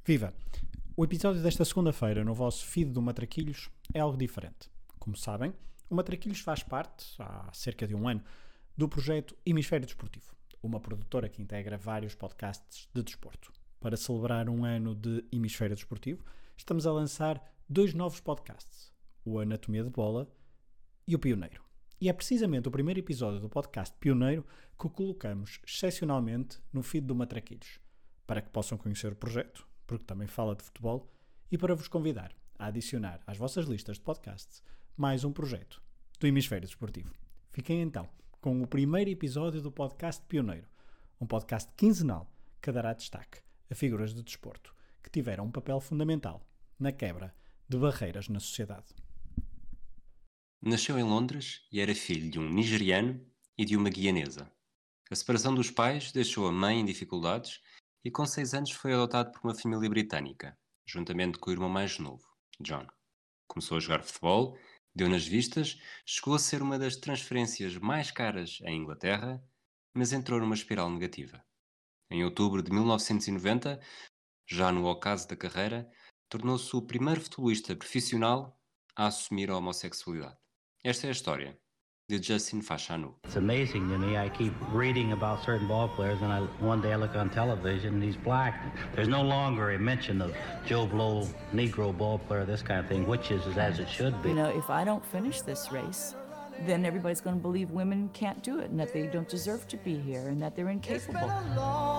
Viva! O episódio desta segunda-feira no vosso feed do Matraquilhos é algo diferente. Como sabem, o Matraquilhos faz parte, há cerca de um ano, do projeto Hemisfério Desportivo, uma produtora que integra vários podcasts de desporto. Para celebrar um ano de Hemisfério Desportivo, estamos a lançar 2 novos podcasts, o Anatomia de Bola e o Pioneiro. E é precisamente o primeiro episódio do podcast Pioneiro que o colocamos excepcionalmente no feed do Matraquilhos, para que possam conhecer o projeto, porque também fala de futebol, e para vos convidar a adicionar às vossas listas de podcasts mais um projeto do Hemisfério Desportivo. Fiquem então com o primeiro episódio do podcast Pioneiro, um podcast quinzenal que dará destaque a figuras de desporto que tiveram um papel fundamental na quebra de barreiras na sociedade. Nasceu em Londres e era filho de um nigeriano e de uma guianesa. A separação dos pais deixou a mãe em dificuldades e com 6 anos foi adotado por uma família britânica, juntamente com o irmão mais novo, John. Começou a jogar futebol, deu nas vistas, chegou a ser uma das transferências mais caras em Inglaterra, mas entrou numa espiral negativa. Em outubro de 1990, já no ocaso da carreira, tornou-se o primeiro futebolista profissional a assumir a homossexualidade. Esta é a história de Justin Fashanu. It's amazing to me. I keep reading about certain ball players, and one day I look on television and he's black. There's no longer a mention of Joe Blow, Negro ball player, this kind of thing, which is as it should be. You know, if I don't finish this race, then everybody's going to believe women can't do it and that they don't deserve to be here and that they're incapable. It's been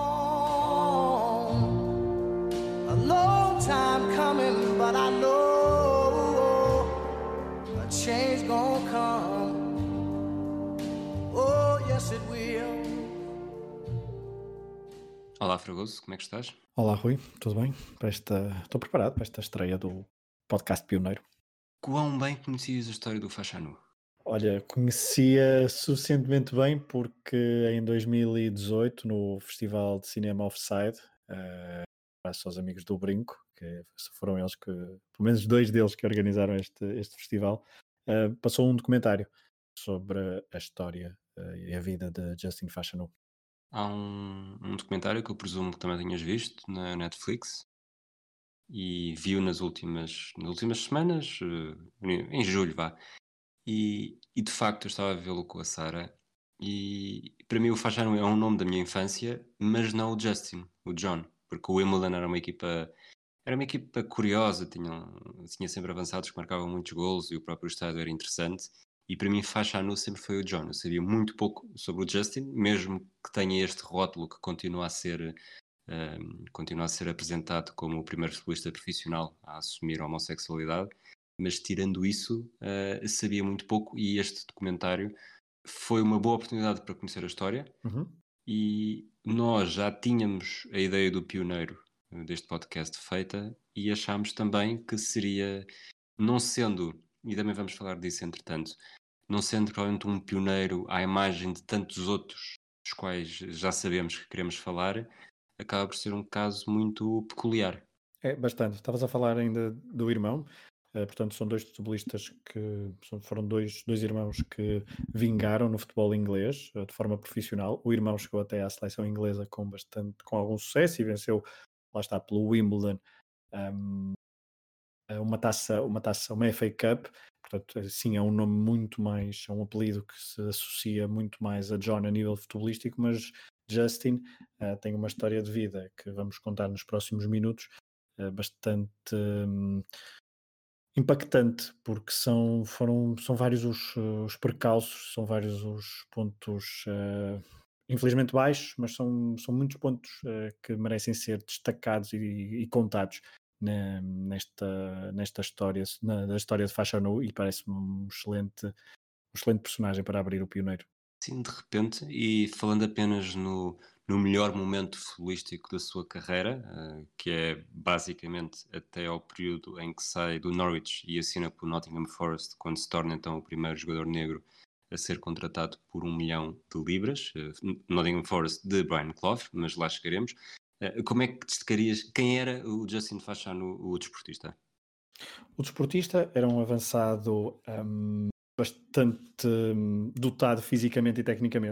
a long time coming, but I know a change gonna come. Oh, yes it will. Olá, Fragoso, como é que estás? Olá, Rui, tudo bem? Estou preparado para esta estreia do podcast Pioneiro. Quão bem conhecias a história do Fashanu? Olha, conhecia suficientemente bem porque em 2018, no Festival de Cinema Offside, abraço aos amigos do Brinco, que foram eles que, pelo menos 2 deles que organizaram este festival, passou um documentário sobre a história e a vida de Justin Fashanu. Há um documentário que eu presumo que também tenhas visto na Netflix e viu nas últimas semanas, em julho, vá. E de facto eu estava a vê-lo com a Sara e para mim o Fashanu é um nome da minha infância, mas não o Justin, o John, porque o Wimbledon era uma equipa curiosa, tinha sempre avançados que marcavam muitos golos e o próprio estádio era interessante. E para mim Fashanu sempre foi o John. Eu sabia muito pouco sobre o Justin, mesmo que tenha este rótulo que continua a ser apresentado como o primeiro futebolista profissional a assumir a homossexualidade. Mas tirando isso, sabia muito pouco e este documentário foi uma boa oportunidade para conhecer a história. E nós já tínhamos a ideia do pioneiro deste podcast feita e achámos também que seria, não sendo, e também vamos falar disso entretanto, não sendo provavelmente um pioneiro à imagem de tantos outros dos quais já sabemos que queremos falar, acaba por ser um caso muito peculiar. É, bastante. Estavas a falar ainda do irmão. Portanto, são 2 futebolistas foram dois irmãos que vingaram no futebol inglês de forma profissional. O irmão chegou até à seleção inglesa com algum sucesso e venceu, lá está, pelo Wimbledon, uma FA Cup. Portanto, sim, é um nome muito mais, é um apelido que se associa muito mais a John a nível futebolístico, mas Justin tem uma história de vida que vamos contar nos próximos minutos, bastante impactante, porque são vários os percalços, são vários os pontos, infelizmente baixos, mas são muitos pontos que merecem ser destacados e contados nesta história, da história de Fashanu, e parece-me um excelente personagem para abrir o Pioneiro. Sim, de repente, e falando apenas no melhor momento futebolístico da sua carreira, que é basicamente até ao período em que sai do Norwich e assina pelo Nottingham Forest, quando se torna então o primeiro jogador negro a ser contratado por 1 milhão de libras, Nottingham Forest de Brian Clough, mas lá chegaremos. Como é que destacarias, quem era o Justin Fashanu, o desportista? O desportista era um avançado bastante dotado fisicamente e tecnicamente.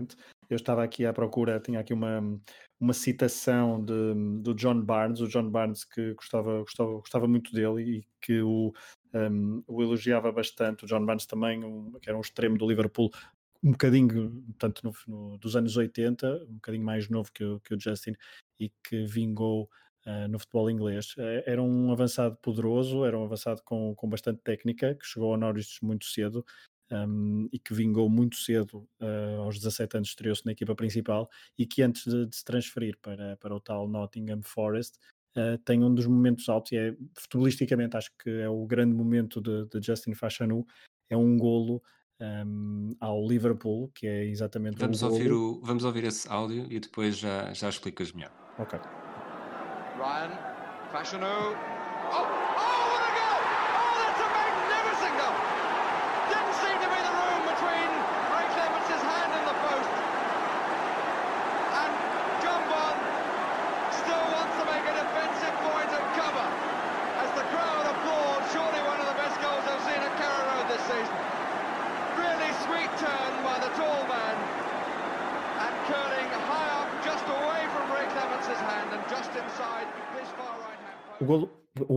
Eu estava aqui à procura, tinha aqui uma citação do John Barnes, o John Barnes que gostava muito dele e que o elogiava bastante. O John Barnes também, que era um extremo do Liverpool, um bocadinho, tanto dos anos 80, um bocadinho mais novo que o Justin, e que vingou no futebol inglês. Era um avançado poderoso, era um avançado com bastante técnica, que chegou ao Norwich muito cedo, e que vingou muito cedo, aos 17 anos estreou-se na equipa principal, e que antes de se transferir para o tal Nottingham Forest, tem um dos momentos altos, e futebolisticamente acho que é o grande momento de Justin Fashanu, é um golo ao Liverpool, que é exatamente Vamos o ouvir, golo. vamos ouvir esse áudio e depois já explicas melhor. Ok. Ryan, Fashanu. Oh, what a goal! Oh, that's a magnificent goal! Didn't seem to be the room between Ray Clements' hand and the post. And John Bond still wants to make a defensive point and cover as the crowd applauds. Surely one of the best goals I've seen at Carrow Road this season. Really sweet turn by the tall man and curling high up just away from Ray Clements' hand and just inside his far right hand. O golo,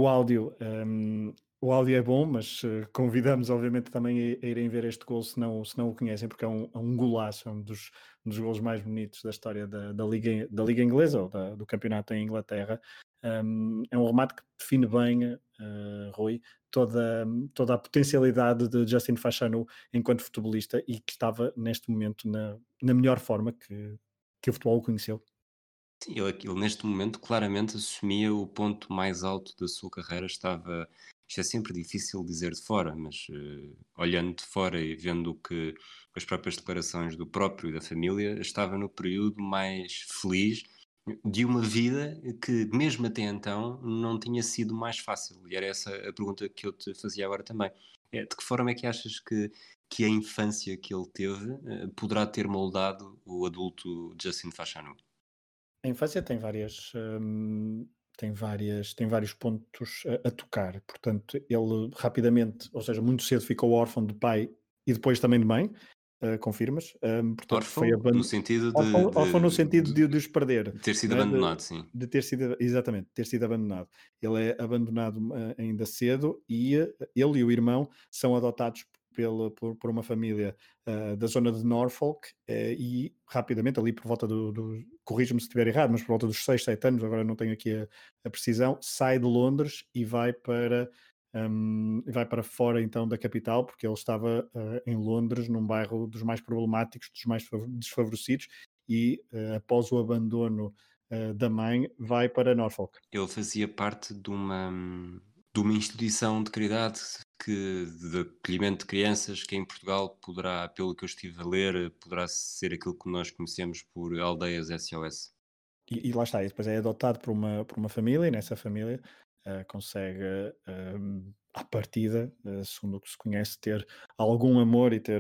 o áudio é bom, mas convidamos obviamente também a irem ver este golo se não o conhecem, porque é um golaço, é um dos golos mais bonitos da história da Liga Inglesa, ou do campeonato em Inglaterra. É um remate que define bem, Rui, toda a potencialidade de Justin Fashanu enquanto futebolista, e que estava neste momento na melhor forma que o futebol o conheceu. Sim, ele neste momento claramente assumia o ponto mais alto da sua carreira. Isto é sempre difícil dizer de fora, mas olhando de fora e vendo que as próprias declarações do próprio e da família, estava no período mais feliz de uma vida que mesmo até então não tinha sido mais fácil. E era essa a pergunta que eu te fazia agora também. De que forma é que achas que a infância que ele teve poderá ter moldado o adulto Justin Fashanu? A infância tem vários pontos a tocar. Portanto, ele rapidamente, ou seja, muito cedo ficou órfão de pai e depois também de mãe. Confirmas? Portanto, Órfão, foi no sentido órfão no sentido de os perder, de ter sido não é? abandonado, sim. De ter sido, exatamente, ter sido abandonado. Ele é abandonado ainda cedo, e ele e o irmão são adotados por uma família da zona de Norfolk, e rapidamente, ali por volta corrige-me se estiver errado, mas por volta dos 6, 7 anos, agora não tenho aqui a precisão, sai de Londres e vai para fora então da capital, porque ele estava em Londres, num bairro dos mais problemáticos, dos mais desfavorecidos, e após o abandono da mãe, vai para Norfolk. Ele fazia parte de uma instituição de caridade de acolhimento de crianças, que em Portugal poderá, pelo que eu estive a ler, poderá ser aquilo que nós conhecemos por aldeias SOS. E lá está, e depois é adotado por uma família, e nessa família consegue, à partida, segundo o que se conhece, ter algum amor e ter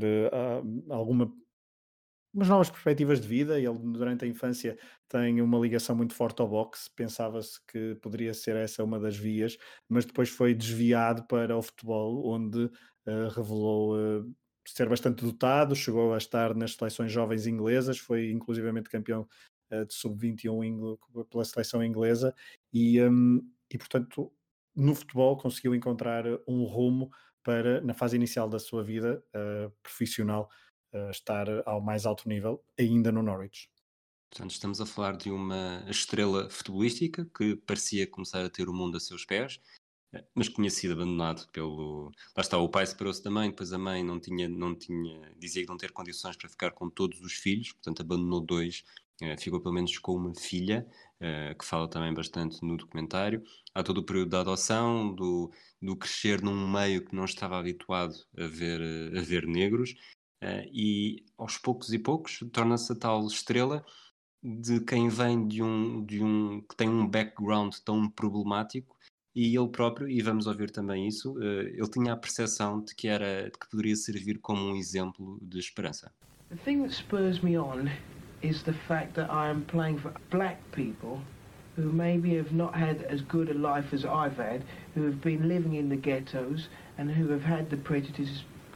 umas novas perspectivas de vida. Ele, durante a infância, tem uma ligação muito forte ao boxe. Pensava-se que poderia ser essa uma das vias, mas depois foi desviado para o futebol, onde revelou ser bastante dotado, chegou a estar nas seleções jovens inglesas, foi inclusivamente campeão de sub-21 pela seleção inglesa, e portanto no futebol conseguiu encontrar um rumo para, na fase inicial da sua vida profissional, estar ao mais alto nível, ainda no Norwich. Portanto, estamos a falar de uma estrela futebolística que parecia começar a ter o mundo a seus pés, mas que tinha sido abandonado pelo... Lá está, o pai separou-se da mãe, depois a mãe não tinha, dizia que não ter condições para ficar com todos os filhos, portanto abandonou 2, ficou pelo menos com uma filha, que fala também bastante no documentário. Há todo o período da adoção, do crescer num meio que não estava habituado a ver negros, e aos poucos e poucos torna-se a tal estrela de quem vem de um que tem um background tão problemático, e ele próprio, e vamos ouvir também isso, ele tinha a percepção de que poderia servir como um exemplo de esperança. The thing that spurs me on is the fact that I am playing for black people who maybe have not had as good a life as I've had, who have been living in the ghettos and who have had the prejudices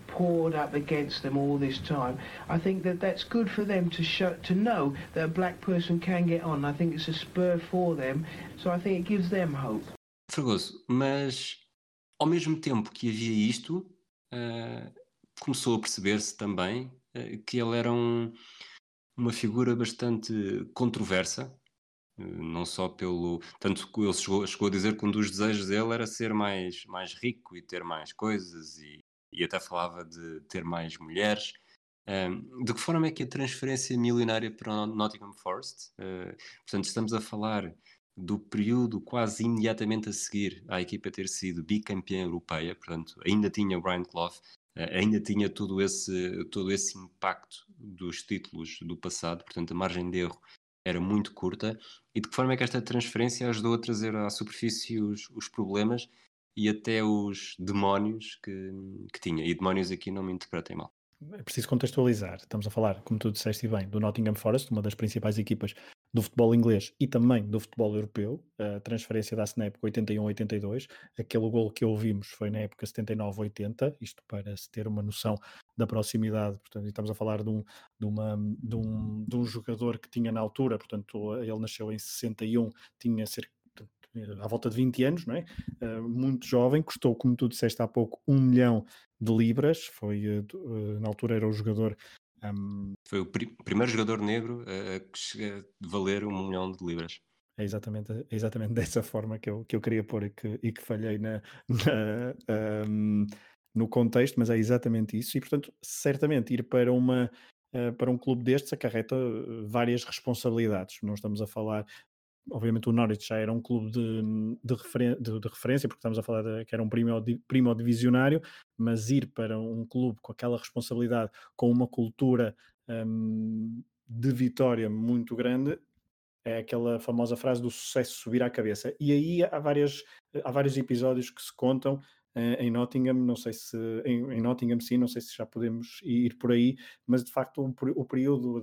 poured up against them all this time. I think that that's good for them to know that a black person can get on. I think it's a spur for them, so I think it gives them hope. Fragoso, mas ao mesmo tempo que havia isto, começou a perceber-se também que ele era uma figura bastante controversa, não só pelo... Tanto que ele chegou a dizer que um dos desejos dele era ser mais rico e ter mais coisas, e até falava de ter mais mulheres. De que forma é que a transferência milionária para o Nottingham Forest, portanto estamos a falar do período quase imediatamente a seguir à equipa ter sido bicampeã europeia, portanto ainda tinha o Brian Clough, ainda tinha todo esse impacto dos títulos do passado, portanto a margem de erro era muito curta. E de que forma é que esta transferência ajudou a trazer à superfície os problemas e até os demónios que tinha? E demónios aqui não me interpretem mal. É preciso contextualizar. Estamos a falar, como tu disseste bem, do Nottingham Forest, uma das principais equipas do futebol inglês e também do futebol europeu. A transferência dá-se na época 81-82. Aquele gol que ouvimos foi na época 79-80, isto para se ter uma noção da proximidade. Portanto, estamos a falar de um jogador que tinha na altura, portanto, ele nasceu em 61, tinha cerca à volta de 20 anos, não é? Muito jovem, custou, como tu disseste há pouco, 1 milhão de libras, foi, na altura era o jogador... Foi o primeiro jogador negro que chega a valer 1 milhão de libras. É exatamente dessa forma que eu queria pôr e que falhei no contexto, mas é exatamente isso. E, portanto, certamente ir para um clube destes acarreta várias responsabilidades. Não estamos a falar... Obviamente o Norwich já era um clube de referência, porque estamos a falar que era um primo divisionário, mas ir para um clube com aquela responsabilidade, com uma cultura de vitória muito grande, é aquela famosa frase do sucesso subir à cabeça. E aí há vários episódios que se contam em Nottingham, não sei se em Nottingham sim, não sei se já podemos ir por aí, mas de facto o período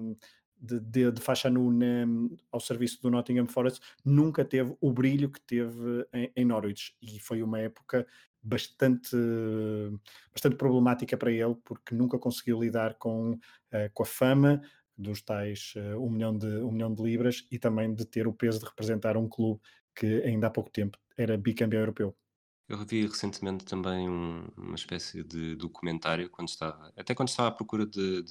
de Fashanu ao serviço do Nottingham Forest nunca teve o brilho que teve em Norwich, e foi uma época bastante problemática para ele, porque nunca conseguiu lidar com a fama dos tais 1 milhão de libras e também de ter o peso de representar um clube que ainda há pouco tempo era bicampeão europeu. Eu revi recentemente também uma espécie de documentário, quando estava à procura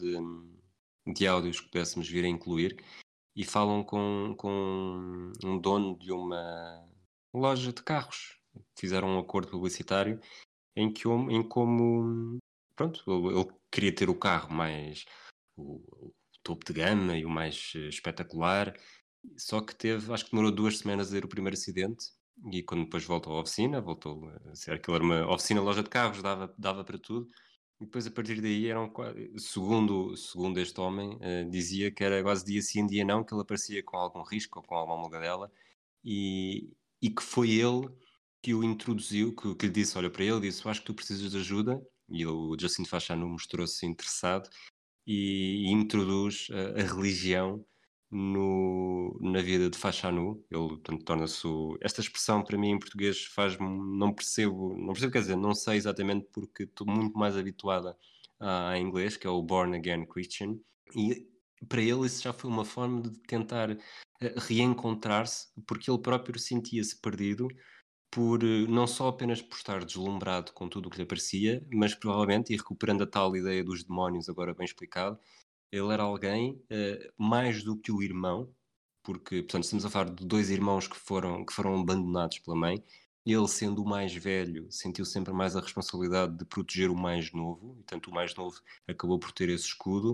de áudios que pudéssemos vir a incluir, e falam com um dono de uma loja de carros. Fizeram um acordo publicitário em como pronto, ele queria ter o carro mais o topo de gama e o mais espetacular, só que acho que demorou 2 semanas a ter o primeiro acidente, e quando depois voltou à oficina, voltou a ser aquilo, era uma oficina, loja de carros, dava para tudo. E depois, a partir daí, segundo este homem, dizia que era quase dia sim, dia não, que ele aparecia com algum risco ou com alguma morgadela, e que foi ele que o introduziu, que lhe disse, olha para ele, disse, acho que tu precisas de ajuda, e o Justin Fashanu mostrou-se interessado, e introduz a religião na vida de Fashanu. Ele, portanto, torna-se... Esta expressão, para mim, em português, faz-me... Não percebo, quer dizer, não sei exatamente, porque estou muito mais habituada a inglês, que é o Born Again Christian, e para ele isso já foi uma forma de tentar reencontrar-se, porque ele próprio sentia-se perdido, não só apenas por estar deslumbrado com tudo o que lhe aparecia, mas provavelmente, e recuperando a tal ideia dos demónios agora bem explicado, ele era alguém mais do que o irmão, porque, portanto, estamos a falar de 2 irmãos que foram abandonados pela mãe. Ele, sendo o mais velho, sentiu sempre mais a responsabilidade de proteger o mais novo, e tanto o mais novo acabou por ter esse escudo,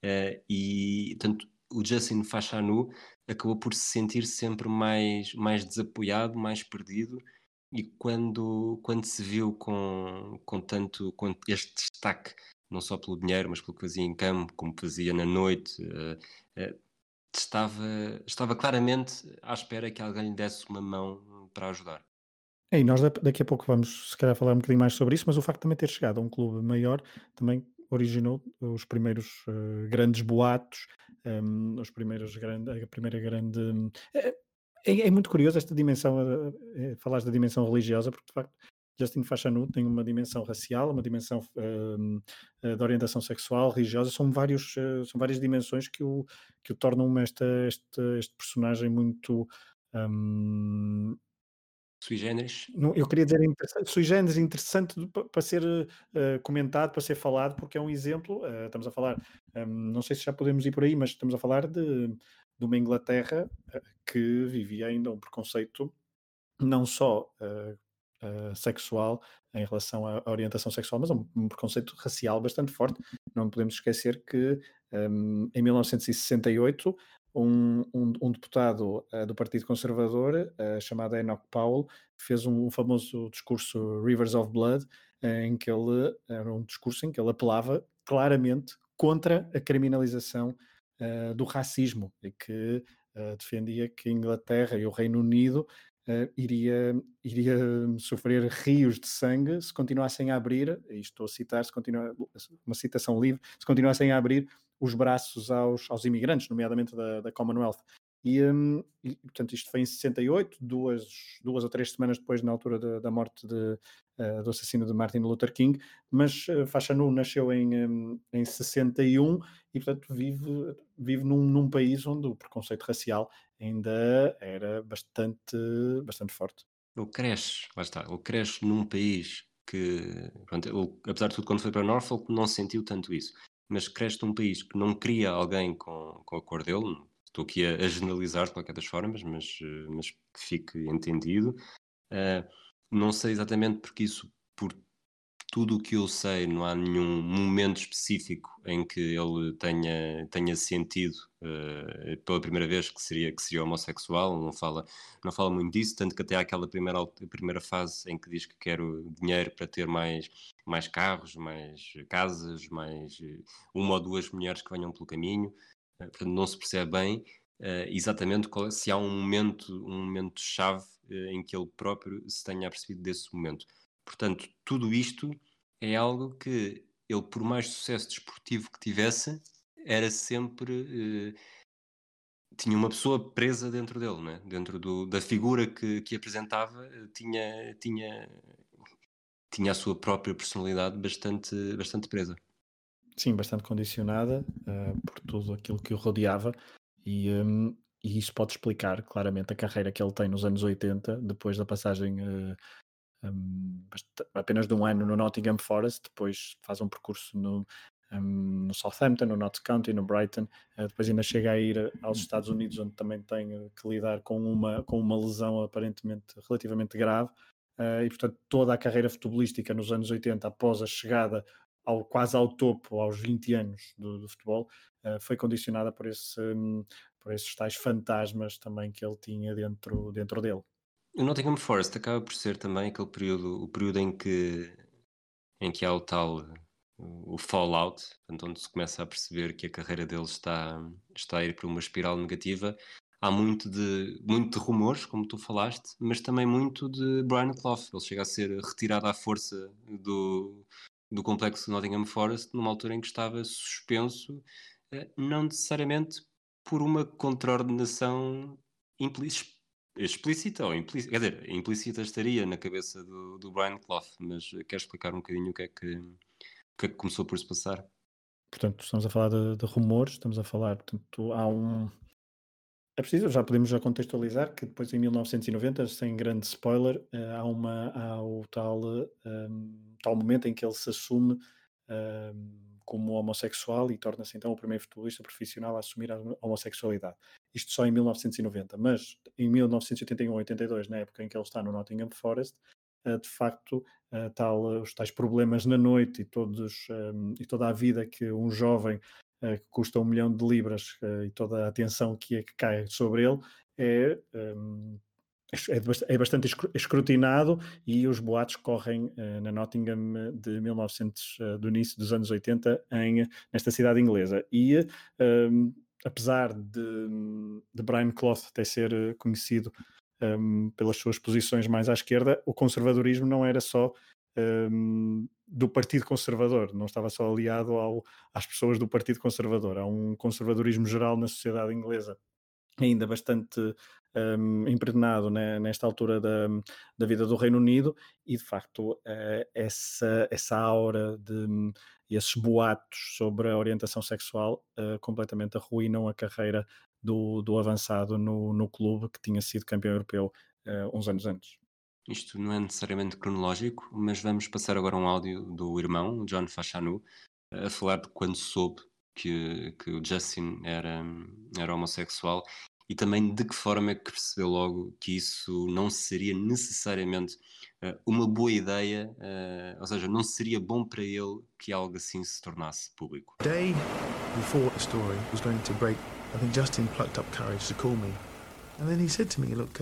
e tanto o Justin Fashanu acabou por se sentir sempre mais desapoiado, mais perdido, e quando se viu com este destaque, não só pelo dinheiro, mas pelo que fazia em campo, como fazia na noite, estava claramente à espera que alguém lhe desse uma mão para ajudar. E nós daqui a pouco vamos, se calhar, falar um bocadinho mais sobre isso, mas o facto de também ter chegado a um clube maior também originou os primeiros grandes boatos, a primeira grande... É muito curioso esta dimensão, falares da dimensão religiosa, porque de facto Justin Fashanu tem uma dimensão racial, uma dimensão de orientação sexual, religiosa, são várias dimensões que o tornam este personagem muito. hum, Sui generis. eu queria dizer interessante, sui generis, interessante para ser comentado, para ser falado, porque é um exemplo. Estamos a falar, não sei se já podemos ir por aí, mas estamos a falar de uma Inglaterra que vivia ainda um preconceito não só sexual em relação à orientação sexual, mas um preconceito racial bastante forte. Não podemos esquecer que em 1968 um deputado do Partido Conservador, chamado Enoch Powell, fez um famoso discurso Rivers of Blood, em que ele era um discurso em que ele apelava claramente contra a criminalização do racismo e que defendia que a Inglaterra e o Reino Unido iria sofrer rios de sangue se continuassem a abrir, e estou a citar, uma citação livre, se continuassem a abrir os braços aos imigrantes, nomeadamente da Commonwealth. Portanto, isto foi em 68, duas ou três semanas depois, na altura da morte do assassino de Martin Luther King, mas Fashanu nasceu em 61 e, portanto, vive num país onde o preconceito racial ainda era bastante forte. Ele cresce, lá está, ele cresce num país que, pronto, ele, apesar de tudo, quando foi para Norfolk, não sentiu tanto isso, mas cresce num país que não queria alguém com a cor dele. Estou aqui a generalizar de qualquer das formas, mas que fique entendido. Não sei exatamente porque isso, por tudo o que eu sei, não há nenhum momento específico em que ele tenha sentido pela primeira vez que seria homossexual. Não fala muito disso, tanto que até há aquela primeira fase em que diz que quer o dinheiro para ter mais carros, mais casas, mais uma ou duas mulheres que venham pelo caminho. Portanto, não se percebe bem exatamente se há um momento-chave em que ele próprio se tenha apercebido desse momento. Portanto, tudo isto é algo que ele, por mais sucesso desportivo que tivesse, era sempre. Tinha uma pessoa presa dentro dele, né? Dentro da figura que apresentava, tinha a sua própria personalidade bastante presa. Sim, bastante condicionada por tudo aquilo que o rodeava e isso pode explicar claramente a carreira que ele tem nos anos 80, depois da passagem apenas de um ano no Nottingham Forest, depois faz um percurso no Southampton, no Notts County, no Brighton, depois ainda chega a ir aos Estados Unidos, onde também tem que lidar com uma lesão aparentemente relativamente grave, e portanto toda a carreira futebolística nos anos 80, após a chegada quase ao topo, aos 20 anos do futebol, foi condicionada por esses tais fantasmas também que ele tinha dentro dele. O Nottingham Forest acaba por ser também aquele período, o período em que há o tal o fallout, portanto, onde se começa a perceber que a carreira dele está a ir para uma espiral negativa. Há muito de rumores, como tu falaste, mas também muito de Brian Clough. Ele chega a ser retirado à força do complexo Nottingham Forest numa altura em que estava suspenso, não necessariamente por uma contraordenação explícita ou implícita. Quer dizer, implícita estaria na cabeça do Brian Clough, mas queres explicar um bocadinho o que é que começou por se passar? Portanto, estamos a falar de rumores, estamos a falar, portanto, é preciso, já contextualizar que depois em 1990, sem grande spoiler, há o tal momento em que ele se assume como homossexual e torna-se então o primeiro futebolista profissional a assumir a homossexualidade. Isto só em 1990, mas em 1981, 82, na época em que ele está no Nottingham Forest, de facto, os tais problemas na noite e toda a vida que um jovem que custa 1 milhão de libras e toda a atenção que cai sobre ele é bastante escrutinado e os boatos correm na Nottingham do início dos anos 80 nesta cidade inglesa. E apesar de Brian Clough até ser conhecido pelas suas posições mais à esquerda, o conservadorismo não era só do Partido Conservador, não estava só aliado às pessoas do Partido Conservador. Há um conservadorismo geral na sociedade inglesa ainda bastante impregnado, né, nesta altura da vida do Reino Unido, e de facto essa aura e esses boatos sobre a orientação sexual completamente arruinam a carreira do avançado no clube, que tinha sido campeão europeu uns anos antes. Isto não é necessariamente cronológico, mas vamos passar agora um áudio do irmão, John Fashanu, a falar de quando soube que o Justin era homossexual, e também de que forma é que percebeu logo que isso não seria necessariamente uma boa ideia, ou seja, não seria bom para ele que algo assim se tornasse público. Day before the story was going to break, I think Justin plucked up courage to call me. And then he said to me, look,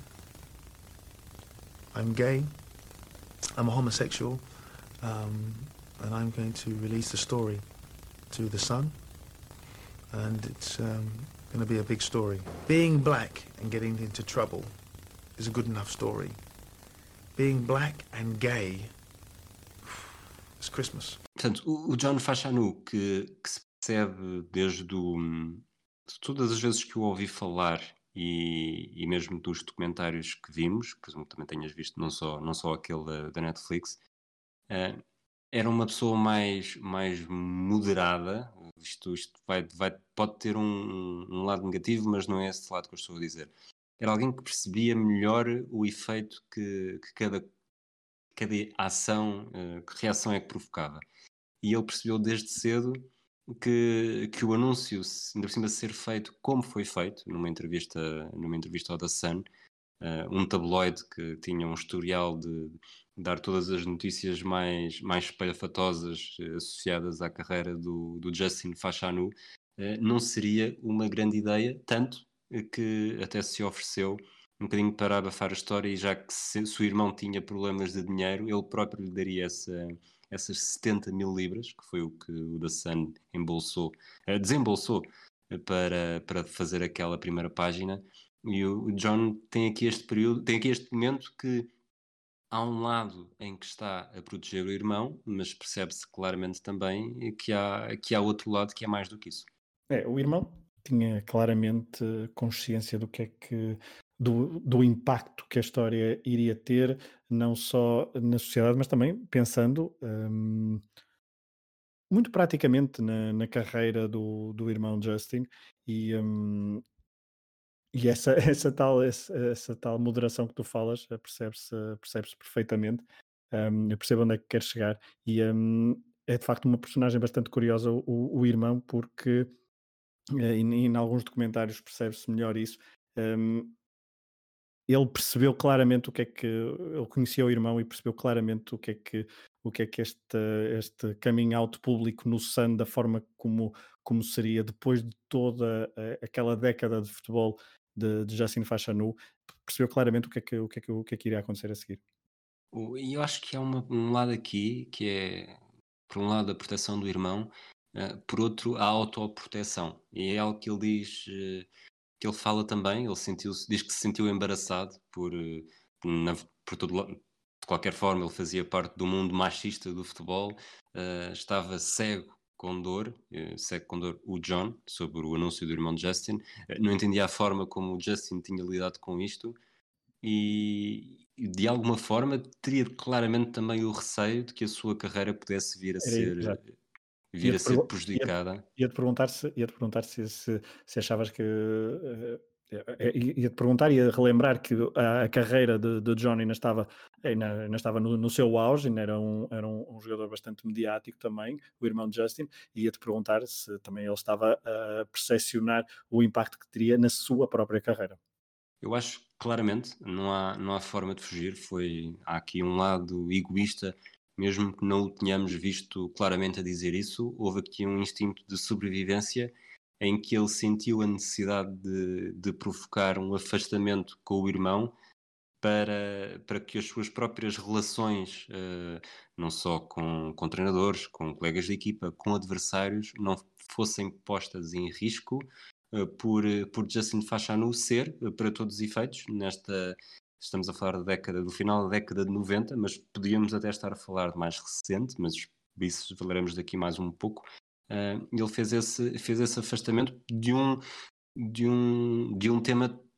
I'm gay, I'm a homosexual, and I'm going to release the story to The Sun, and it's going to be a big story. Being black and getting into trouble is a good enough story. Being black and gay, it's Christmas. Portanto, o John Fashanu, que se percebe de todas as vezes que o ouvi falar e mesmo dos documentários que vimos, que presumo que também tenhas visto, não só aquele da Netflix, era uma pessoa mais moderada. Isto pode ter um lado negativo, mas não é esse lado que eu estou a dizer. Era alguém que percebia melhor o efeito que cada ação, que reação é que provocava. E ele percebeu desde cedo que o anúncio, ainda por cima de ser feito como foi feito, numa entrevista ao The Sun, um tabloide que tinha um historial de dar todas as notícias mais espalhafatosas associadas à carreira do Justin Fashanu, não seria uma grande ideia, tanto que até se ofereceu um bocadinho para abafar a história, e já que se o irmão tinha problemas de dinheiro, ele próprio lhe daria essas 70 mil libras, que foi o que o The Sun desembolsou para fazer aquela primeira página. E o John tem aqui este momento que há um lado em que está a proteger o irmão, mas percebe-se claramente também que há outro lado que é mais do que isso. O irmão tinha claramente consciência do impacto que a história iria ter, não só na sociedade, mas também pensando muito praticamente na carreira do irmão Justin, e essa tal moderação que tu falas percebe-se perfeitamente. Eu percebo onde é que queres chegar, e é de facto uma personagem bastante curiosa, o irmão, porque em alguns documentários percebe-se melhor isso. Ele percebeu claramente ele conhecia o irmão e percebeu claramente o que é que este coming out público no Sun, da forma como seria depois de toda aquela década de futebol de Justin Fashanu. Percebeu claramente o que é que iria acontecer a seguir. E eu acho que há um lado aqui que é, por um lado, a proteção do irmão, por outro, a autoproteção. E é algo que ele diz, que ele fala também. Ele diz que se sentiu embaraçado por todo lado. De qualquer forma, ele fazia parte do mundo machista do futebol, estava cego com dor, o John, sobre o anúncio do irmão de Justin, não entendia a forma como o Justin tinha lidado com isto, e de alguma forma teria claramente também o receio de que a sua carreira pudesse vir a ser prejudicada. Ia-te perguntar se achavas que ia-te perguntar, ia relembrar que a carreira de John ainda estava no seu auge, ainda era um jogador bastante mediático também, o irmão de Justin, e ia-te perguntar se também ele estava a percepcionar o impacto que teria na sua própria carreira. Eu acho claramente, não há forma de fugir. Há aqui um lado egoísta, mesmo que não o tenhamos visto claramente a dizer isso. Houve aqui um instinto de sobrevivência em que ele sentiu a necessidade de provocar um afastamento com o irmão para que as suas próprias relações, não só com treinadores, com colegas de equipa, com adversários, não fossem postas em risco por Justin Fashanu ser, para todos os efeitos, estamos a falar do final da década de 90, mas podíamos até estar a falar de mais recente, mas disso falaremos daqui mais um pouco. Ele fez esse afastamento de um tema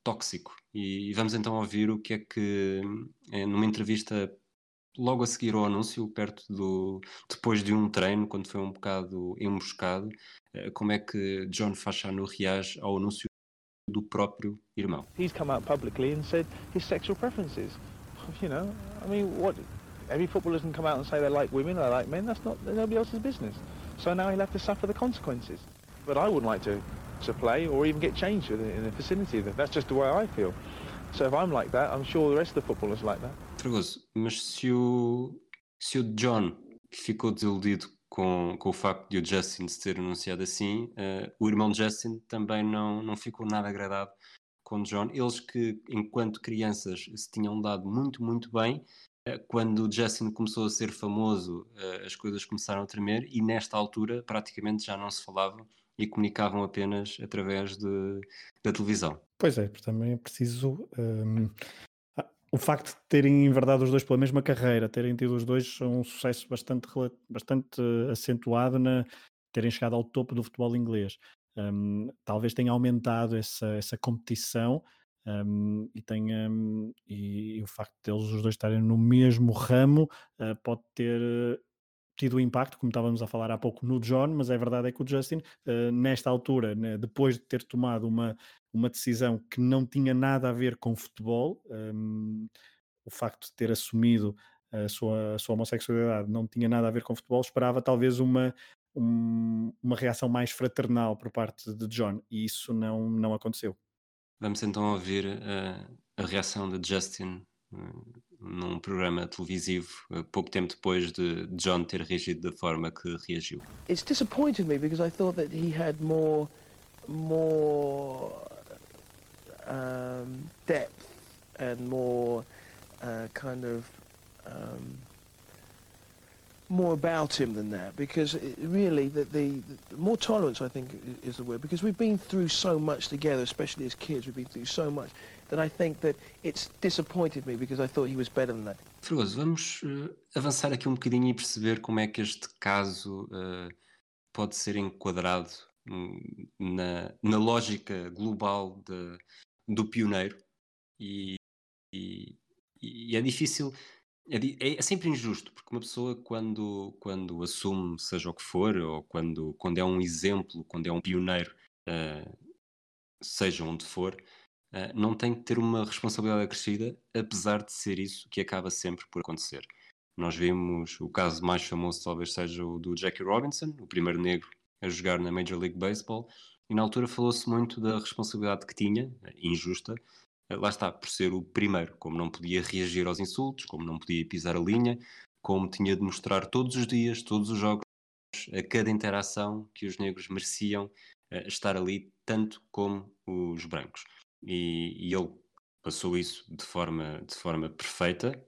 tóxico. E vamos então ouvir o que é que, numa entrevista logo a seguir ao anúncio, depois de um treino, quando foi um bocado emboscado, como é que John Fashanu reage ao anúncio do próprio irmão. He's come out publicly and said his sexual preferences. You know, I mean, what? Every footballer doesn't come out and say they like women, they like men. That's nobody else's business. So now he'll have to suffer the consequences. But I wouldn't like to play or even get changed in a vicinity. That's just the way I feel. So if I'm like that, I'm sure the rest of the footballers are like that. Fragoso, mas se o John ficou desiludido com o facto de o Justin se ter anunciado assim, o irmão de Justin também não ficou nada agradado com John. Eles que, enquanto crianças, se tinham dado muito, muito bem, quando o Justin começou a ser famoso, as coisas começaram a tremer e nesta altura praticamente já não se falavam e comunicavam apenas através da televisão. Pois é, porque também é preciso... o facto de terem enverdado os dois pela mesma carreira, terem tido os dois um sucesso bastante acentuado, terem chegado ao topo do futebol inglês, talvez tenha aumentado essa competição, e o facto de eles os dois estarem no mesmo ramo pode ter tido impacto, como estávamos a falar há pouco no John, mas a verdade é que o Justin, nesta altura, né, depois de ter tomado uma decisão que não tinha nada a ver com futebol, o facto de ter assumido a sua homossexualidade não tinha nada a ver com futebol, esperava talvez uma reação mais fraternal por parte de John, e isso não aconteceu. Vamos então ouvir a reação de Justin num programa televisivo pouco tempo depois de John ter reagido da forma que reagiu. It's disappointed me because I thought that he had more depth and more kind of more about him than that, because really the more tolerance, I think, is the word, because we've been through so much together, especially as kids, we've been through so much that I think that it's disappointed me because I thought he was better than that. Fragoso, vamos avançar aqui um bocadinho e perceber como é que este caso pode ser enquadrado na lógica global do pioneiro e é difícil. É sempre injusto, porque uma pessoa quando assume seja o que for, ou quando é um exemplo, quando é um pioneiro, seja onde for, não tem que ter uma responsabilidade acrescida, apesar de ser isso que acaba sempre por acontecer. Nós vimos o caso mais famoso, talvez seja o do Jackie Robinson, o primeiro negro a jogar na Major League Baseball, e na altura falou-se muito da responsabilidade que tinha, injusta, lá está, por ser o primeiro, como não podia reagir aos insultos, como não podia pisar a linha, como tinha de mostrar todos os dias, todos os jogos, a cada interação que os negros mereciam estar ali, tanto como os brancos. E ele passou isso de forma perfeita,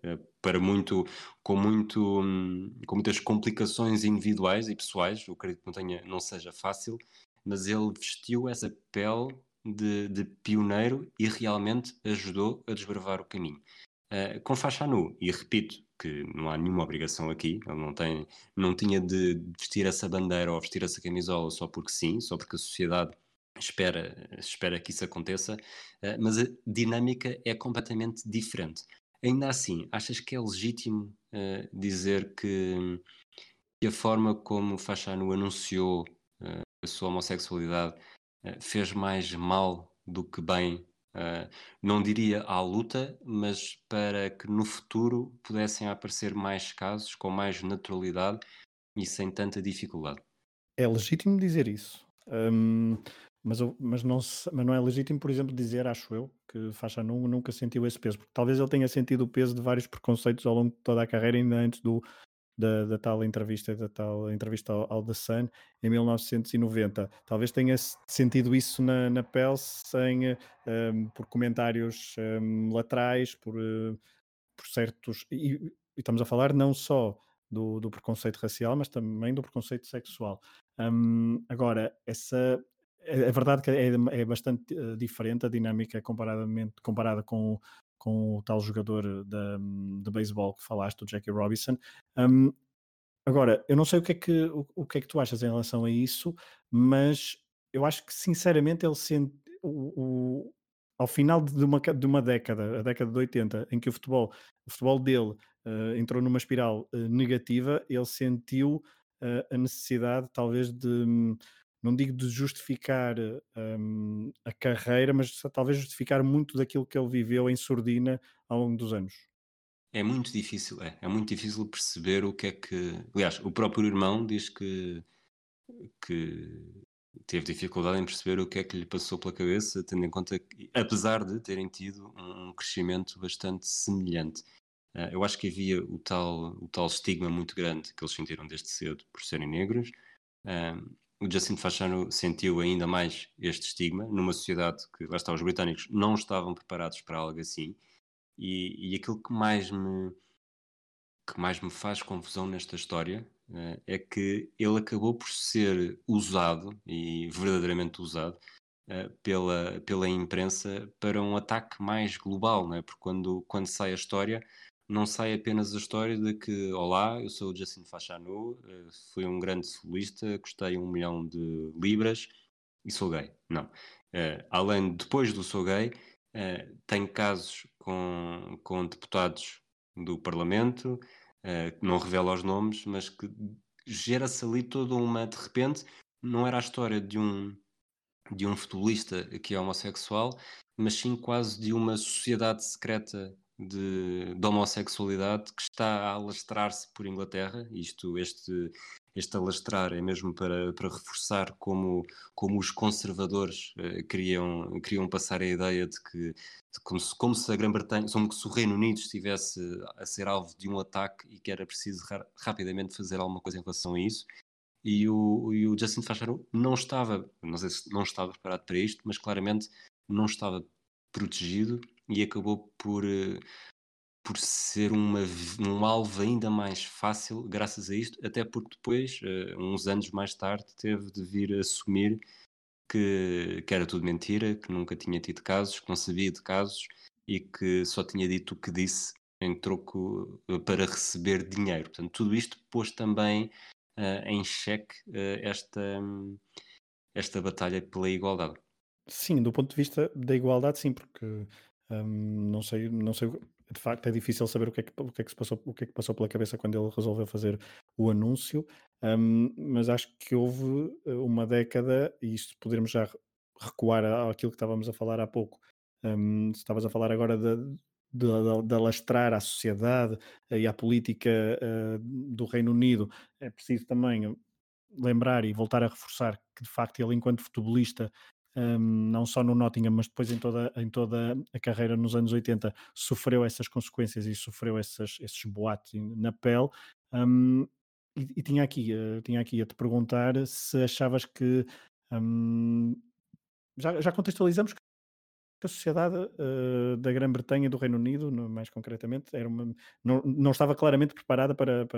com muitas complicações individuais e pessoais. Eu acredito que não seja fácil, mas ele vestiu essa pele de pioneiro e realmente ajudou a desbravar o caminho. Com Fashanu, e repito que não há nenhuma obrigação aqui, ele não tinha de vestir essa bandeira ou vestir essa camisola só porque sim, só porque a sociedade espera que isso aconteça, mas a dinâmica é completamente diferente. Ainda assim, achas que é legítimo dizer que a forma como Fashanu anunciou a sua homossexualidade fez mais mal do que bem, não diria à luta, mas para que no futuro pudessem aparecer mais casos com mais naturalidade e sem tanta dificuldade? É legítimo dizer isso, mas não é legítimo, por exemplo, dizer, acho eu, que Fashanu nunca sentiu esse peso, porque talvez ele tenha sentido o peso de vários preconceitos ao longo de toda a carreira, ainda antes da tal entrevista ao The Sun em 1990. Talvez tenha sentido isso na pele por comentários laterais, por certos... E estamos a falar não só do preconceito racial, mas também do preconceito sexual. Agora, é verdade que é bastante diferente a dinâmica comparada com o tal jogador de beisebol que falaste, o Jackie Robinson. Agora, eu não sei o que é que tu achas em relação a isso, mas eu acho que sinceramente ele ao final de uma década, a década de 80, em que o futebol dele entrou numa espiral negativa, ele sentiu a necessidade, talvez, não digo de justificar a carreira, mas talvez justificar muito daquilo que ele viveu em surdina ao longo dos anos. É muito difícil perceber o que é que. Aliás, o próprio irmão diz que teve dificuldade em perceber o que é que lhe passou pela cabeça, tendo em conta que, apesar de terem tido um crescimento bastante semelhante. Eu acho que havia o tal estigma muito grande que eles sentiram desde cedo por serem negros. Ah, o Jacinto Fachano sentiu ainda mais este estigma numa sociedade que, lá está, os britânicos não estavam preparados para algo assim. E aquilo que mais me faz confusão nesta história é que ele acabou por ser usado, e verdadeiramente usado, pela imprensa para um ataque mais global, não é? Porque quando sai a história, não sai apenas a história de que, olá, eu sou o Jacinto Fachanu, fui um grande solista, custei 1 milhão de libras e sou gay. Não. Depois do sou gay, tem casos com deputados do Parlamento, que não revela os nomes, mas que gera-se ali toda uma. De repente, não era a história de um futebolista que é homossexual, mas sim quase de uma sociedade secreta de homossexualidade que está a alastrar-se por Inglaterra. Este alastrar é mesmo para reforçar como os conservadores queriam passar a ideia de que como se a Grã-Bretanha, como se o Reino Unido estivesse a ser alvo de um ataque e que era preciso rapidamente fazer alguma coisa em relação a isso. E o Justin Facharo não estava, não sei se não estava preparado para isto, mas claramente não estava protegido e acabou por ser um alvo ainda mais fácil graças a isto, até porque depois, uns anos mais tarde, teve de vir assumir que era tudo mentira, que nunca tinha tido casos, que não sabia de casos e que só tinha dito o que disse em troco para receber dinheiro. Portanto, tudo isto pôs também em xeque esta batalha pela igualdade. Sim, do ponto de vista da igualdade, sim, porque não sei, de facto é difícil saber o que é que se passou, o que é que passou pela cabeça quando ele resolveu fazer o anúncio, mas acho que houve uma década, e isto podermos já recuar àquilo que estávamos a falar há pouco. Estavas a falar agora de alastrar à sociedade e à política do Reino Unido. É preciso também lembrar e voltar a reforçar que de facto ele, enquanto futebolista, não só no Nottingham, mas depois em toda a carreira nos anos 80, sofreu essas consequências e sofreu esses boatos na pele. Um, e tinha aqui a te perguntar se achavas que já contextualizamos que a sociedade da Grã-Bretanha e do Reino Unido, mais concretamente, não estava claramente preparada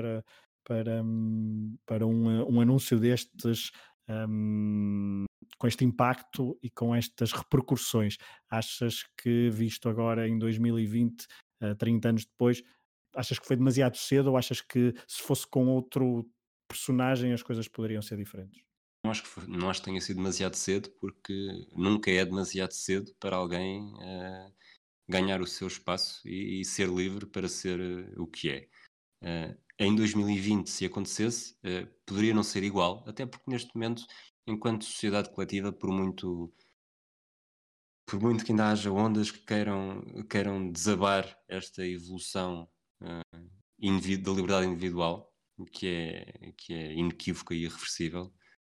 para um anúncio destes, com este impacto e com estas repercussões. Achas que, visto agora em 2020, 30 anos depois, achas que foi demasiado cedo ou achas que se fosse com outro personagem as coisas poderiam ser diferentes? Não acho que tenha sido demasiado cedo, porque nunca é demasiado cedo para alguém ganhar o seu espaço e ser livre para ser o que é. Em 2020, se acontecesse, poderia não ser igual, até porque neste momento, enquanto sociedade coletiva, por muito que ainda haja ondas que queiram desabar esta evolução da liberdade individual, que é inequívoca e irreversível,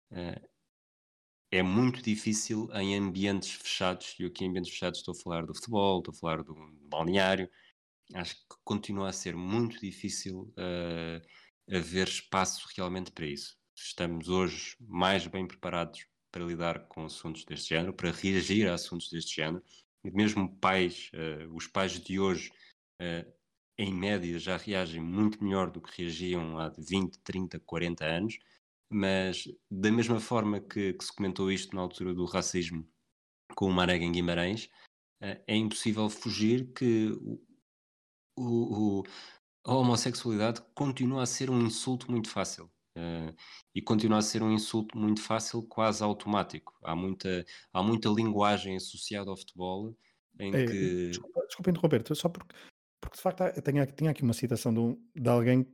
é muito difícil em ambientes fechados, e aqui em ambientes fechados estou a falar do futebol, estou a falar do balneário. Acho que continua a ser muito difícil haver espaço realmente para isso. Estamos hoje mais bem preparados para lidar com assuntos deste género, para reagir a assuntos deste género. E mesmo os pais de hoje, em média, já reagem muito melhor do que reagiam há 20, 30, 40 anos. Mas da mesma forma que se comentou isto na altura do racismo com o Marega em Guimarães, é impossível fugir que o- a homossexualidade continua a ser um insulto muito fácil. E continua a ser um insulto muito fácil, quase automático. Há muita linguagem associada ao futebol em que... Desculpa interromper, só porque de facto tinha aqui uma citação de alguém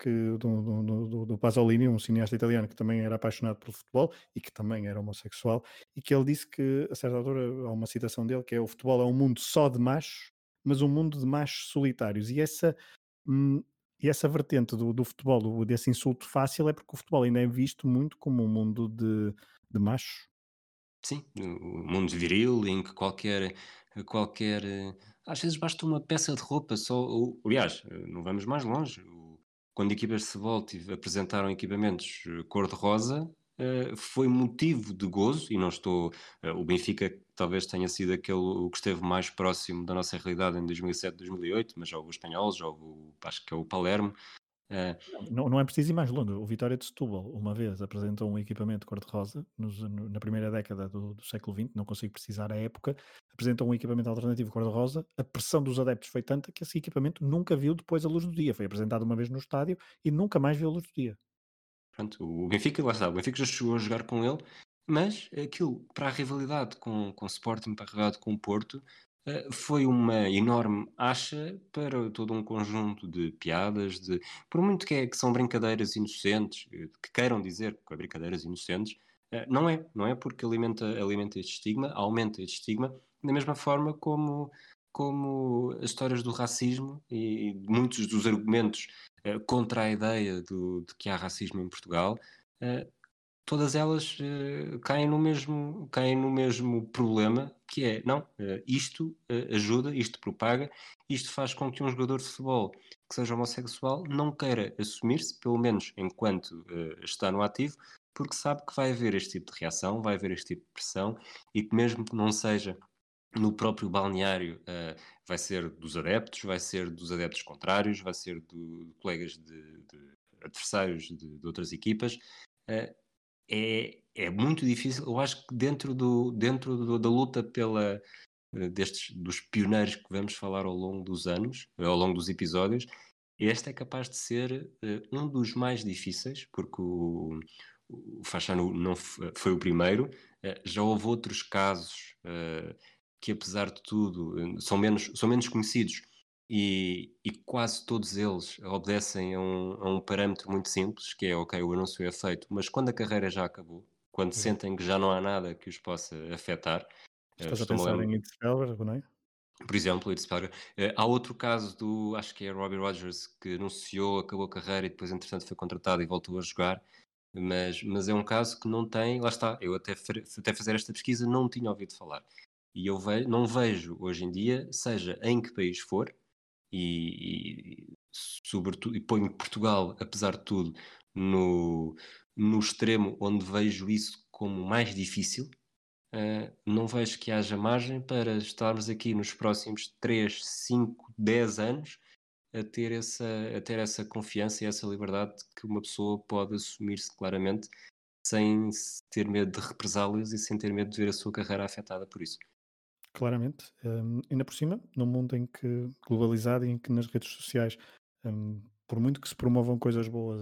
do Pasolini, um cineasta italiano que também era apaixonado pelo futebol e que também era homossexual, e que ele disse que, a certa altura, há uma citação dele que é: o futebol é um mundo só de machos, mas um mundo de machos solitários. Hum, e essa vertente do futebol, desse insulto fácil, é porque o futebol ainda é visto muito como um mundo de machos. Sim, o mundo viril em que qualquer às vezes basta uma peça de roupa só, ou aliás, não vamos mais longe, quando equipas de futebol apresentaram equipamentos cor-de-rosa, foi motivo de gozo, e não estou, o Benfica talvez tenha sido aquele o que esteve mais próximo da nossa realidade em 2007, 2008, mas joga o Espanhol, acho que é o Palermo, eh, Não é preciso ir mais longe. O Vitória de Setúbal, uma vez, apresentou um equipamento cor-de-rosa na primeira década do século XX, não consigo precisar a época, apresentou um equipamento alternativo cor-de-rosa. A pressão dos adeptos foi tanta que esse equipamento nunca viu depois a luz do dia. Foi apresentado uma vez no estádio e nunca mais viu a luz do dia. Pronto, o Benfica, lá está, o Benfica já chegou a jogar com ele, mas aquilo, para a rivalidade com o Sporting, para a rivalidade com o Porto, foi uma enorme acha para todo um conjunto de piadas, por muito que são brincadeiras inocentes, que queiram dizer que é brincadeiras inocentes, não é porque alimenta este estigma, aumenta este estigma, da mesma forma como as histórias do racismo e muitos dos argumentos contra a ideia de que há racismo em Portugal, eh, todas elas caem no mesmo problema, que é, não, isto ajuda, isto propaga, isto faz com que um jogador de futebol que seja homossexual não queira assumir-se, pelo menos enquanto está no ativo, porque sabe que vai haver este tipo de reação, vai haver este tipo de pressão, e que mesmo que não seja no próprio balneário, vai ser dos adeptos contrários, vai ser de colegas de adversários de outras equipas. eh, é muito difícil. Eu acho que da luta dos pioneiros que vamos falar ao longo dos anos, ao longo dos episódios, este é capaz de ser um dos mais difíceis, porque o Fachano não foi o primeiro. Já houve outros casos que, apesar de tudo, são menos conhecidos, e quase todos eles obedecem a um parâmetro muito simples, que é: ok, o anúncio é feito, mas quando a carreira já acabou, quando Exato. sentem que já não há nada que os possa afetar, Estás a estou-me a pensar em lembrar, Itzberger, não é? por exemplo, Iris Pelga. Há outro caso acho que é Robbie Rogers, que anunciou, acabou a carreira e depois, entretanto, foi contratado e voltou a jogar. Mas é um caso que não tem, lá está, eu até fazer esta pesquisa não tinha ouvido falar. E não vejo hoje em dia, seja em que país for, e sobretudo, e ponho Portugal, apesar de tudo, no extremo onde vejo isso como mais difícil. Não vejo que haja margem para estarmos aqui nos próximos 3, 5, 10 anos a ter essa confiança e essa liberdade que uma pessoa pode assumir-se claramente, sem ter medo de represálias e sem ter medo de ver a sua carreira afetada por isso. Claramente. Ainda por cima, num mundo em que globalizado e em que nas redes sociais, por muito que se promovam coisas boas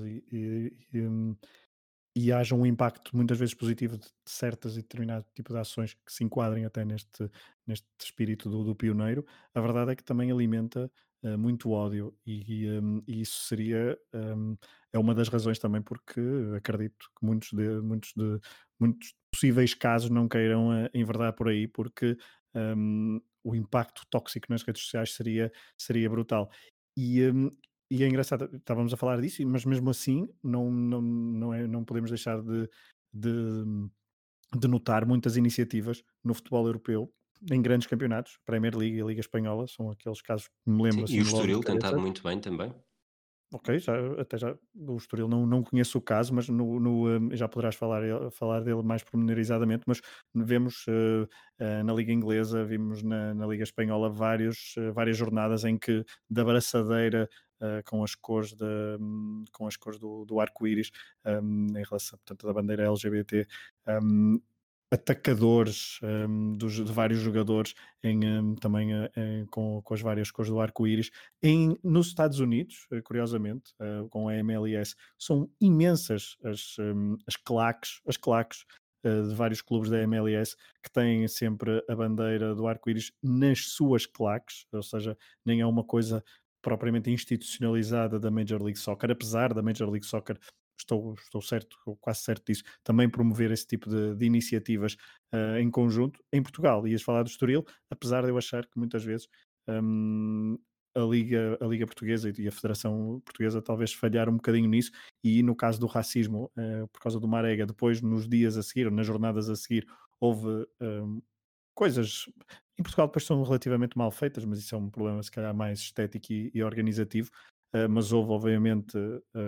e haja um impacto muitas vezes positivo de certas e determinado tipo de ações que se enquadrem até neste espírito do pioneiro, a verdade é que também alimenta muito ódio e isso é uma das razões também porque acredito que muitos possíveis casos não queiram enverdar por aí, porque o impacto tóxico nas redes sociais seria brutal. E, hum, e é engraçado, estávamos a falar disso, mas mesmo assim não podemos deixar de, de notar muitas iniciativas no futebol europeu, em grandes campeonatos. Premier League e a Liga Espanhola são aqueles casos que me Sim, lembro e o assim logo de Estoril tem estado cabeça. muito bem também. Ok, até já o Estoril não conheço o caso, mas já poderás falar dele mais pormenorizadamente, mas vemos na Liga Inglesa, vimos na Liga Espanhola várias jornadas em que da braçadeira com as cores, do arco-íris, em relação, portanto, da bandeira LGBT, um, atacadores de vários jogadores também com as várias cores do arco-íris. Nos Estados Unidos, curiosamente, com a MLS, são imensas as claques de vários clubes da MLS que têm sempre a bandeira do arco-íris nas suas claques, ou seja, nem é uma coisa propriamente institucionalizada da Major League Soccer, apesar da Major League Soccer, estou certo, ou quase certo disso, também promover esse tipo de iniciativas em conjunto. Em Portugal, ias falar do Estoril, apesar de eu achar que muitas vezes hum, a Liga Portuguesa e a Federação Portuguesa talvez falhar um bocadinho nisso, e no caso do racismo, por causa do Marega, depois nos dias a seguir, ou nas jornadas a seguir, houve coisas em Portugal depois são relativamente mal feitas, mas isso é um problema se calhar mais estético e organizativo, mas houve obviamente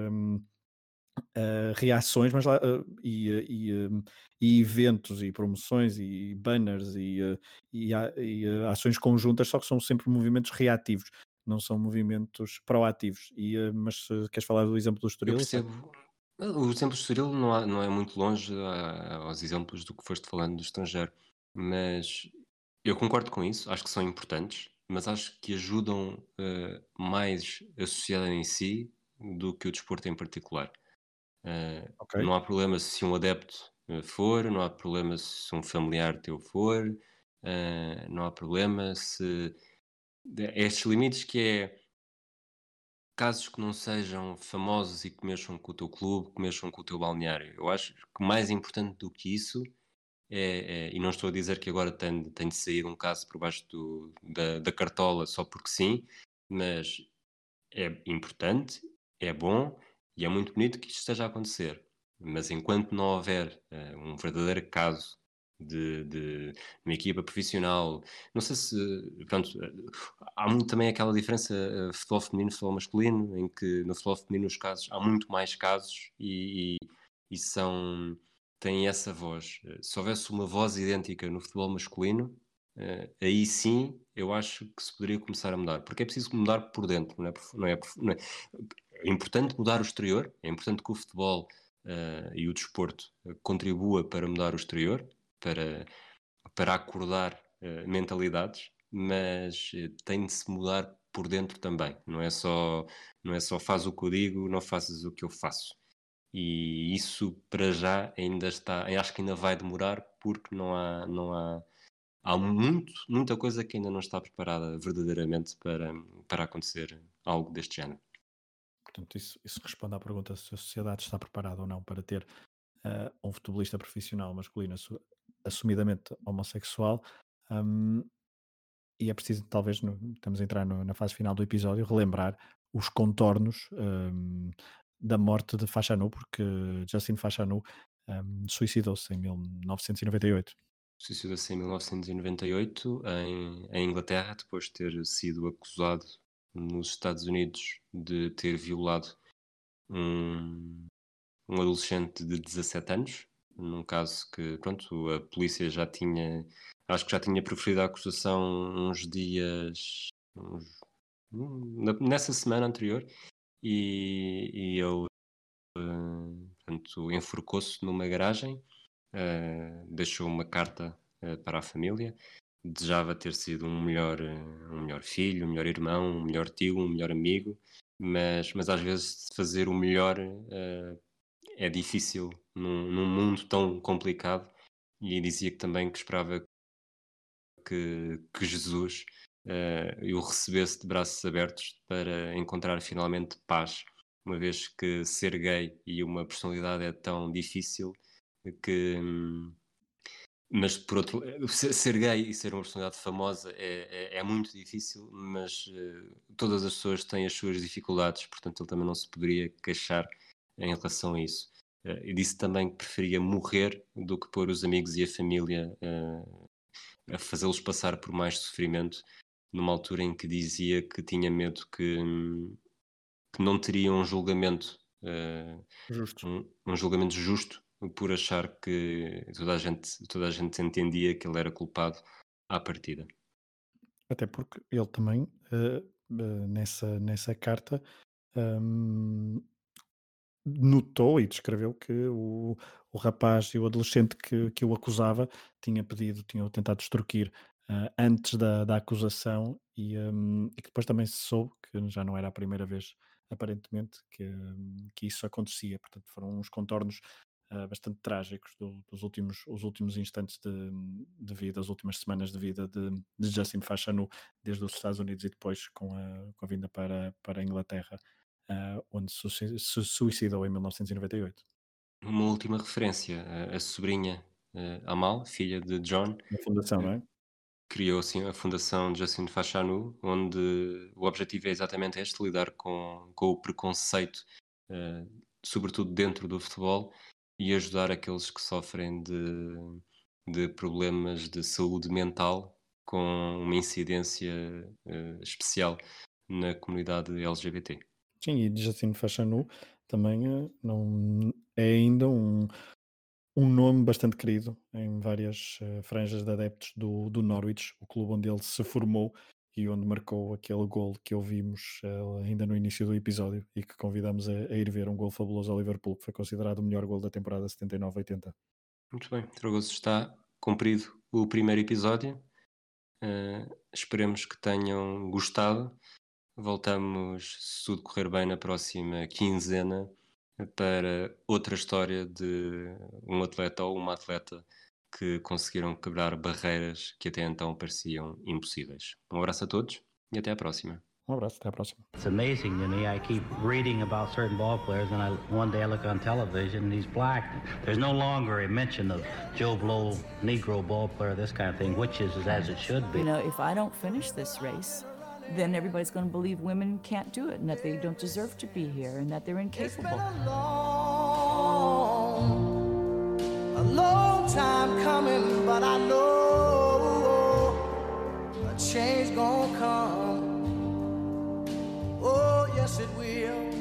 reações, mas lá, e eventos e promoções e banners e ações conjuntas, só que são sempre movimentos reativos, não são movimentos proativos. Mas se queres falar do exemplo do Eu Estoril, percebo. O exemplo de Estoril não é muito longe aos exemplos do que foste falando do estrangeiro, mas eu concordo com isso, acho que são importantes, mas acho que ajudam mais a sociedade em si do que o desporto em particular. ok, Não há problema se um adepto for, não há problema se um familiar teu for, não há problema se. Estes limites que é casos que não sejam famosos e que mexam com o teu clube, que mexam com o teu balneário. Eu acho que mais importante do que isso e não estou a dizer que agora tem de sair um caso por baixo da cartola só porque sim, mas é importante, é bom e é muito bonito que isto esteja a acontecer. Mas enquanto não houver um verdadeiro caso de uma equipa profissional, não sei se, pronto, há muito também aquela diferença futebol feminino, futebol masculino, em que no futebol feminino os casos, há muito mais casos e são, têm essa voz. Se houvesse uma voz idêntica no futebol masculino, aí sim eu acho que se poderia começar a mudar, porque é preciso mudar por dentro, não é, é importante mudar o exterior, é importante que o futebol e o desporto contribua para mudar o exterior, para, para acordar mentalidades, mas tem de se mudar por dentro também, não é só faz o que eu digo, não fazes o que eu faço. E isso para já ainda está, eu acho que ainda vai demorar porque há muita coisa que ainda não está preparada verdadeiramente para acontecer algo deste género. portanto isso responde à pergunta se a sociedade está preparada ou não para ter um futebolista profissional masculino assumidamente homossexual. hum, e é preciso, talvez, estamos a entrar na fase final do episódio, relembrar os contornos da morte de Fashanu, porque Justin Fashanu suicidou-se em 1998. Suicidou-se em 1998 em Inglaterra, depois de ter sido acusado nos Estados Unidos de ter violado um, um adolescente de 17 anos, num caso que, pronto, a polícia acho que já tinha proferido a acusação uns dias, nessa semana anterior, e ele, portanto, enforcou-se numa garagem, deixou uma carta para a família, desejava ter sido um melhor filho, um melhor irmão, um melhor tio, um melhor amigo, mas às vezes fazer o melhor é difícil num mundo tão complicado, e dizia que também que esperava que Jesus o recebesse de braços abertos para encontrar finalmente paz, uma vez que ser gay e uma personalidade é tão difícil que. Mas por outro ser gay e ser uma personalidade famosa é muito difícil, mas todas as pessoas têm as suas dificuldades, portanto ele também não se poderia queixar em relação a isso. E disse também que preferia morrer do que pôr os amigos e a família a fazê-los passar por mais sofrimento, numa altura em que dizia que tinha medo que não teria um julgamento, Justo. um julgamento justo por achar que toda a gente entendia que ele era culpado à partida. Até porque ele também, nessa carta, hum, notou e descreveu que o rapaz e o adolescente que o acusava tinham tentado extorquir antes da acusação, e que depois também se soube que já não era a primeira vez, aparentemente, que isso acontecia. Portanto, foram uns contornos bastante trágicos os últimos instantes de vida, as últimas semanas de vida de Justin Fashanu, desde os Estados Unidos e depois com a vinda para a Inglaterra, onde se suicidou em 1998. Uma última referência, a sobrinha Amal, filha de John, Na fundação, não é? criou assim a Fundação Justin Fashanu, onde o objetivo é exatamente este, lidar com o preconceito, sobretudo dentro do futebol, e ajudar aqueles que sofrem de problemas de saúde mental com uma incidência especial na comunidade LGBT. Sim, e Justin Fashanu também não, é ainda um nome bastante querido em várias franjas de adeptos do Norwich, o clube onde ele se formou e onde marcou aquele gol que ouvimos ainda no início do episódio e que convidamos a ir ver, um gol fabuloso ao Liverpool, que foi considerado o melhor gol da temporada 79-80. Muito bem, Fragoso, está cumprido o primeiro episódio. Esperemos que tenham gostado. Voltamos, se tudo correr bem, na próxima quinzena para outra história de um atleta ou uma atleta que conseguiram quebrar barreiras que até então pareciam impossíveis. Um abraço a todos e até à próxima. Um abraço, até à próxima. It's amazing to me. I keep reading about certain ball players, and one day I look on television and he's black. There's no longer a mention of Joe Blow, Negro ball player, this kind of thing, which is as it should be. You know, if I don't finish this race, then everybody's going to believe women can't do it and that they don't deserve to be here and that they're incapable. It's been a long time coming, but I know a change gonna come. Oh, yes, it will.